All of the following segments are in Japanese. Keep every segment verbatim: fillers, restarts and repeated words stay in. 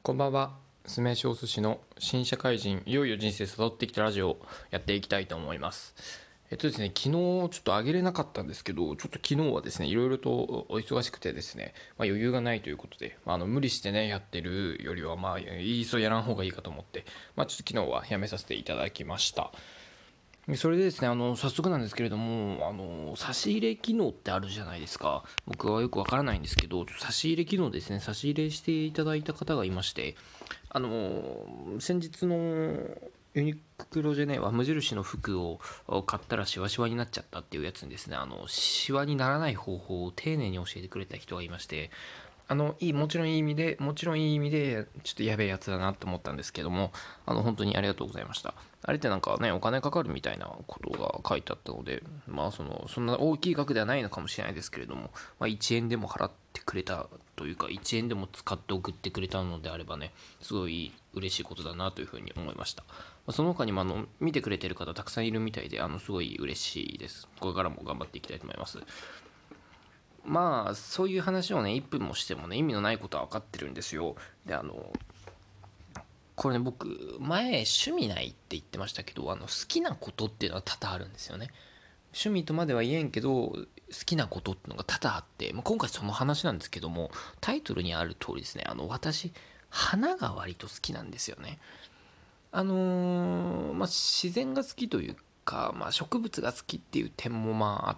こんばんは。スメシオス氏の新社会人いよいよ人生誘ってきたラジオをやっていきたいと思います。えっとですね、昨日ちょっと上げれなかったんですけど、ちょっと昨日はですね、いろいろとお忙しくてですね、まあ、余裕がないということで、まあ、あの無理してね、やってるよりは、まあ、いいそやらん方がいいかと思って、まあ、ちょっと昨日はやめさせていただきました。それでですね、あの早速なんですけれども、あの差し入れ機能ってあるじゃないですか。僕はよくわからないんですけど、差し入れ機能ですね、差し入れしていただいた方がいまして、あの先日のユニクロでね、無印の服を買ったらシワシワになっちゃったっていうやつにですね、あのシワにならない方法を丁寧に教えてくれた人がいまして、あのいいもちろんいい意味でもちろんいい意味でちょっとやべえやつだなと思ったんですけども、あの本当にありがとうございました。あれってなんかね、お金かかるみたいなことが書いてあったので、まあそのそんな大きい額ではないのかもしれないですけれども、まあ、いちえんでも払ってくれたというか、いちえんでも使って送ってくれたのであればね、すごい嬉しいことだなというふうに思いました。その他にもあの見てくれてる方たくさんいるみたいで、あのすごい嬉しいです。これからも頑張っていきたいと思います。まあそういう話をねいっぷんもしてもね意味のないことは分かってるんですよ。であのこれね、僕前趣味ないって言ってましたけど、あの好きなことっていうのは多々あるんですよね。趣味とまでは言えんけど好きなことっていうのが多々あって、まあ、今回その話なんですけども、タイトルにある通りですね、あの私花が割と好きなんですよね。あのーまあ、自然が好きというか、まあ、植物が好きっていう点もまああって、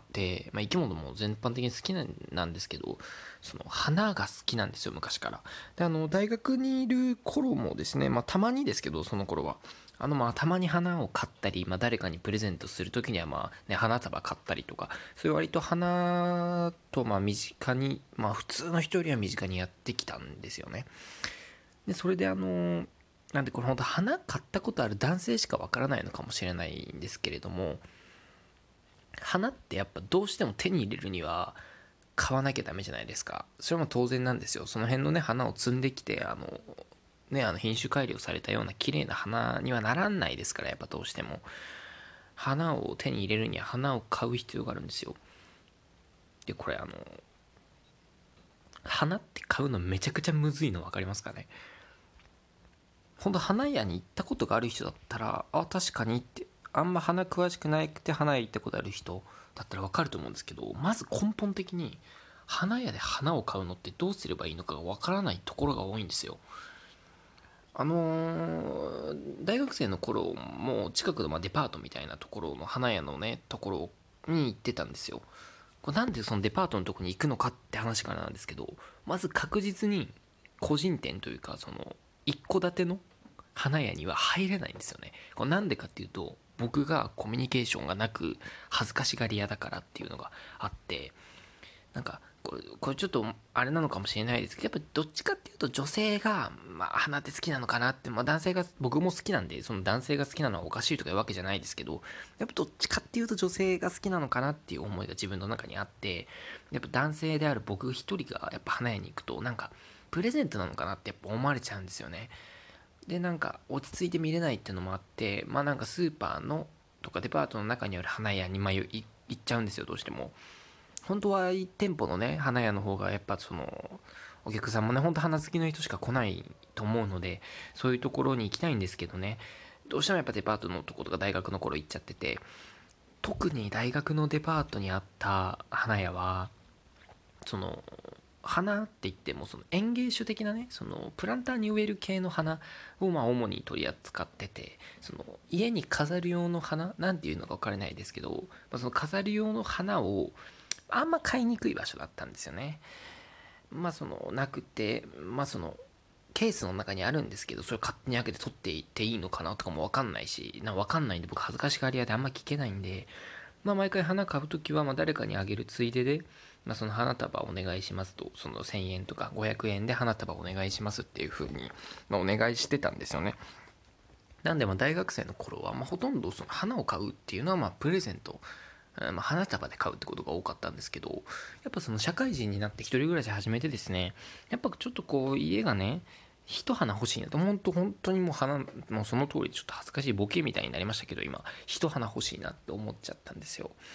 まあ、生き物も全般的に好きなんですけど、その花が好きなんですよ、昔から。で、あの大学にいる頃もですね、まあ、たまにですけど、その頃はあのまあたまに花を買ったり、まあ、誰かにプレゼントする時にはまあ、ね、花束買ったりとか、そういう割と花とまあ身近に、まあ、普通の人よりは身近にやってきたんですよね。でそれであのなんでこれ本当花買ったことある男性しかわからないのかもしれないんですけれども、花ってやっぱどうしても手に入れるには買わなきゃダメじゃないですか。それも当然なんですよ。その辺のね花を摘んできて、あのねあの品種改良されたような綺麗な花にはならないですから、やっぱどうしても花を手に入れるには花を買う必要があるんですよ。でこれあの花って買うのめちゃくちゃむずいの分かりますかね。ほんと花屋に行ったことがある人だったら、あ確かにって、あんま花詳しくなくて花屋行ったことある人だったら分かると思うんですけど、まず根本的に花屋で花を買うのってどうすればいいのかが分からないところが多いんですよ。あのー大学生の頃も近くのまあデパートみたいなところの花屋のねところに行ってたんですよ。これなんでそのデパートのとこに行くのかって話からなんですけど、まず確実に個人店というか、その一戸建ての花屋には入れないんですよね。これなんでかっていうと、僕がコミュニケーションがなく恥ずかしがり屋だからっていうのがあって、なんかこれこれちょっとあれなのかもしれないですけど、やっぱどっちかっていうと女性が、まあ、花って好きなのかなって、まあ、男性が僕も好きなんで、その男性が好きなのはおかしいとかいうわけじゃないですけど、やっぱどっちかっていうと女性が好きなのかなっていう思いが自分の中にあって、やっぱ男性である僕一人がやっぱ花屋に行くと、なんかプレゼントなのかなってやっぱ思われちゃうんですよね。でなんか落ち着いて見れないっていうのもあって、まあなんかスーパーのとかデパートの中にある花屋に迷い行っちゃうんですよ、どうしても。本当はいち店舗のね花屋の方がやっぱそのお客さんもね、本当花好きの人しか来ないと思うので、そういうところに行きたいんですけどね、どうしてもやっぱデパートのとことか大学の頃行っちゃってて、特に大学のデパートにあった花屋は、その花って言ってもその園芸種的なね、そのプランターに植える系の花をまあ主に取り扱ってて、その家に飾る用の花なんていうのか分からないですけど、まあ、その飾る用の花をあんま買いにくい場所だったんですよね。まあそのなくて、まあそのケースの中にあるんですけど、それ勝手に開けて取っていっていいのかなとかも分かんないし、なんか分かんないんで、僕恥ずかしがり屋であんま聞けないんで、まあ毎回花買うときはまあ誰かにあげるついでで、まあ、その花束お願いしますと、そのせんえんとかごひゃくえんで花束お願いしますっていう風に、まあ、お願いしてたんですよね。なんでまあ大学生の頃はまあほとんどその花を買うっていうのはまあプレゼント、まあ、花束で買うってことが多かったんですけど、やっぱその社会人になって一人暮らし始めてですね、やっぱちょっとこう家がね一花欲しいなと、本当本当にもう花、もうその通りちょっと恥ずかしいボケみたいになりましたけど、今一花欲しいなって思っちゃったんですよ。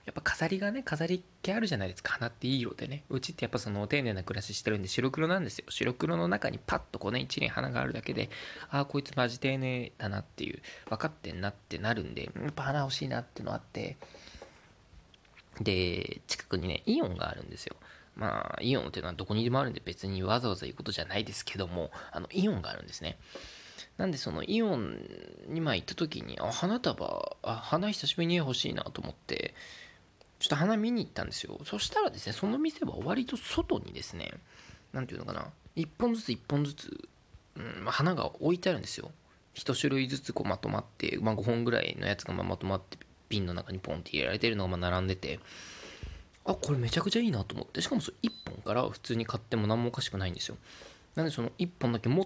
やっぱ飾りがね、飾り気あるじゃないですか。花っていい色でね。うちってやっぱその丁寧な暮らししてるんで白黒なんですよ。白黒の中にパッとこうね、一輪花があるだけで、ああ、こいつマジ丁寧だなっていう、分かってんなってなるんで、やっぱ花欲しいなっていうのあって、で、近くにね、イオンがあるんですよ。まあ、イオンっていうのはどこにでもあるんで別にわざわざ言うことじゃないですけども、あの、イオンがあるんですね。なんでそのイオンにまあ行った時に、あ、花束、あ、花久しぶりに欲しいなと思って、ちょっと花見に行ったんですよ。そしたらですね、その店は割と外にですね、なんていうのかな、いっぽんずついっぽんずつ、うんまあ、花が置いてあるんですよ。いち種類ずつこうまとまって、まあ、ごほんぐらいのやつがまとまって瓶の中にポンって入れられてるのがまあ並んでて、あ、これめちゃくちゃいいなと思って、しかもそれいっぽんから普通に買っても何もおかしくないんですよ。なんでそのいっぽんだけ持って、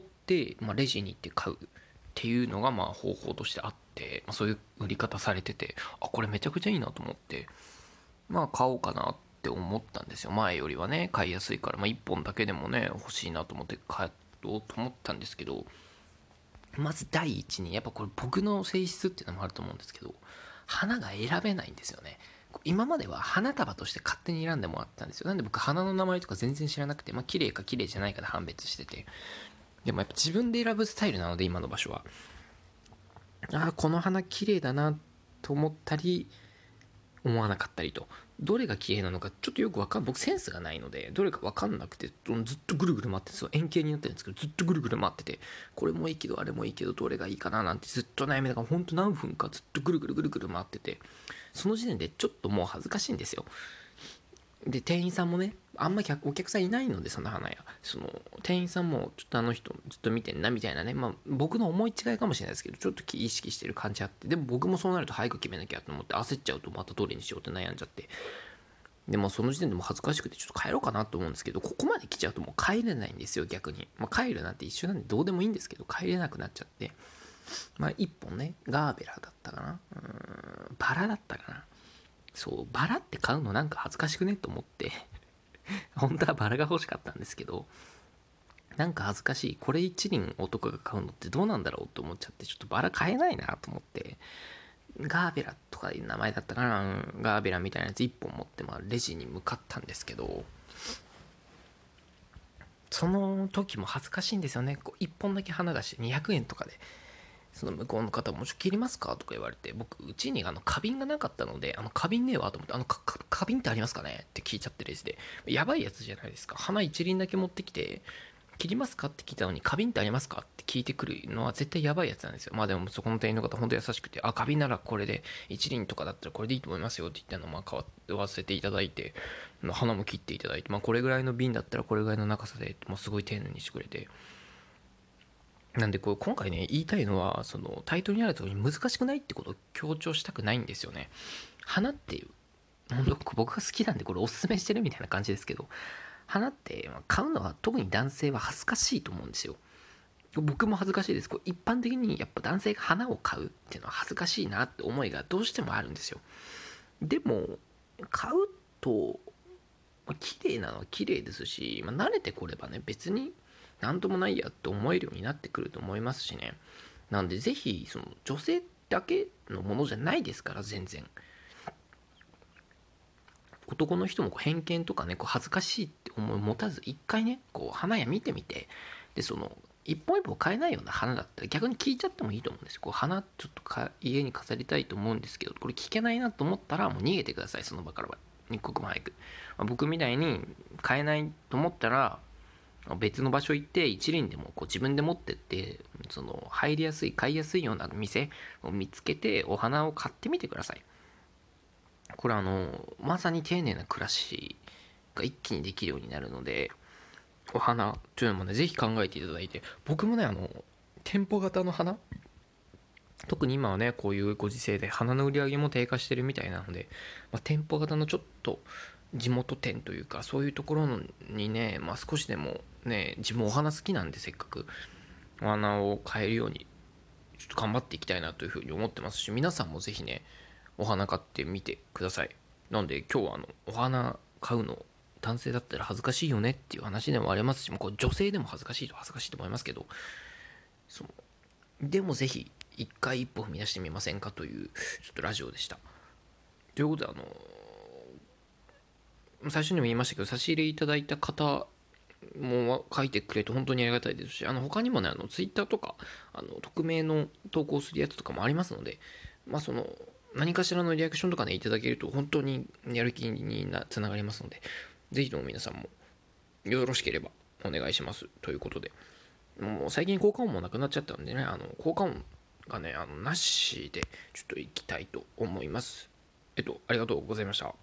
まあ、レジに行って買うっていうのがまあ方法としてあって、まあ、そういう売り方されてて、あ、これめちゃくちゃいいなと思って、まあ買おうかなって思ったんですよ。前よりはね、買いやすいから、まあいっぽんだけでもね、欲しいなと思って買おうと思ったんですけど、まず第一に、やっぱこれ僕の性質っていうのもあると思うんですけど、花が選べないんですよね。今までは花束として勝手に選んでもらったんですよ。なんで僕花の名前とか全然知らなくて、まあ綺麗か綺麗じゃないかで判別してて。でもやっぱ自分で選ぶスタイルなので、今の場所は。ああ、この花綺麗だなと思ったり、思わなかったりと、どれが綺麗なのかちょっとよくわかん僕センスがないのでどれかわかんなくて、ずっとぐるぐる回ってそう円形になってるんですけど、ずっとぐるぐる回ってて、これもいいけどあれもいいけどどれがいいかななんてずっと悩みながら、ほんと何分かずっとぐるぐるぐるぐる回ってて、その時点でちょっともう恥ずかしいんですよ。で店員さんもね、あんまりお客さんいないので、その花屋、その店員さんもちょっとあの人ずっと見てんなみたいなね、まあ僕の思い違いかもしれないですけど、ちょっと意識してる感じあって、でも僕もそうなると早く決めなきゃと思って焦っちゃうと、またどれにしようって悩んじゃって、でもその時点でも恥ずかしくてちょっと帰ろうかなと思うんですけど、ここまで来ちゃうともう帰れないんですよ、逆に。まあ、帰るなんて一緒なんでどうでもいいんですけど、帰れなくなっちゃって、まあ一本ね、ガーベラだったかな、うーんバラだったかな、そう、バラって買うのなんか恥ずかしくねと思って本当はバラが欲しかったんですけど、なんか恥ずかしい、これ一輪男が買うのってどうなんだろうと思っちゃって、ちょっとバラ買えないなと思って、ガーベラとかいう名前だったかな、うん、ガーベラみたいなやついっぽん持って、まあ、レジに向かったんですけど、その時も恥ずかしいんですよね。こういっぽんだけ花出してにひゃくえんとかで、その向こうの方も「ちょっと切りますか?」とか言われて、僕うちにあの花瓶がなかったので、あの花瓶ねえわと思って、あのかか花瓶ってありますかねって聞いちゃってレジで、やばいやつじゃないですか。花一輪だけ持ってきて切りますかって聞いたのに、花瓶ってありますかって聞いてくるのは絶対やばいやつなんですよ。まあでもそこの店員の方本当優しくて、あ、花瓶ならこれで一輪とかだったらこれでいいと思いますよって言ったのをまあ買わせていただいて、花も切っていただいて、まあこれぐらいの瓶だったらこれぐらいの長さで、もうすごい丁寧にしてくれて、なんでこう今回ね言いたいのは、そのタイトルにある通り難しくないってことを強調したくないんですよね。花っていう、本当僕が好きなんでこれおすすめしてるみたいな感じですけど、花って買うのは特に男性は恥ずかしいと思うんですよ。僕も恥ずかしいです。こう一般的にやっぱ男性が花を買うっていうのは恥ずかしいなって思いがどうしてもあるんですよ。でも買うと、まあ、綺麗なのは綺麗ですし、まあ、慣れてこればね別になんともないやって思えるようになってくると思いますしね。なんでぜひその女性だけのものじゃないですから、全然男の人もこう偏見とかね、こう恥ずかしいって思い持たず、一回ねこう花屋見てみて、でその一本一本買えないような花だったら逆に聞いちゃってもいいと思うんですよ。こう花ちょっとか家に飾りたいと思うんですけど、これ聞けないなと思ったらもう逃げてください、その場からは一刻も早く。まあ、僕みたいに買えないと思ったら別の場所行って一輪でもこう自分で持ってって、その入りやすい買いやすいような店を見つけてお花を買ってみてください。これあのまさに丁寧な暮らしが一気にできるようになるので、お花というのもねぜひ考えていただいて、僕もねあの店舗型の花、特に今はねこういうご時世で花の売り上げも低下してるみたいなので、まあ、店舗型のちょっと地元店というかそういうところにね、まあ、少しでもね、自分お花好きなんでせっかくお花を買えるようにちょっと頑張っていきたいなというふうに思ってますし、皆さんもぜひねお花買ってみてください。なんで今日はあのお花買うの男性だったら恥ずかしいよねっていう話でもありますし、もうこう女性でも恥ずかしいと恥ずかしいと思いますけど、そのでもぜひ一回一歩踏み出してみませんかというちょっとラジオでした。ということであの最初にも言いましたけど、差し入れいただいた方も書いてくれて本当にありがたいですし、あの他にもね、あのツイッターとかあの匿名の投稿するやつとかもありますので、まあその何かしらのリアクションとかねいただけると本当にやる気になつながりますので、ぜひとも皆さんもよろしければお願いしますということで、もう最近効果音もなくなっちゃったんでね、あの効果音がねあのなしでちょっといきたいと思います。えっとありがとうございました。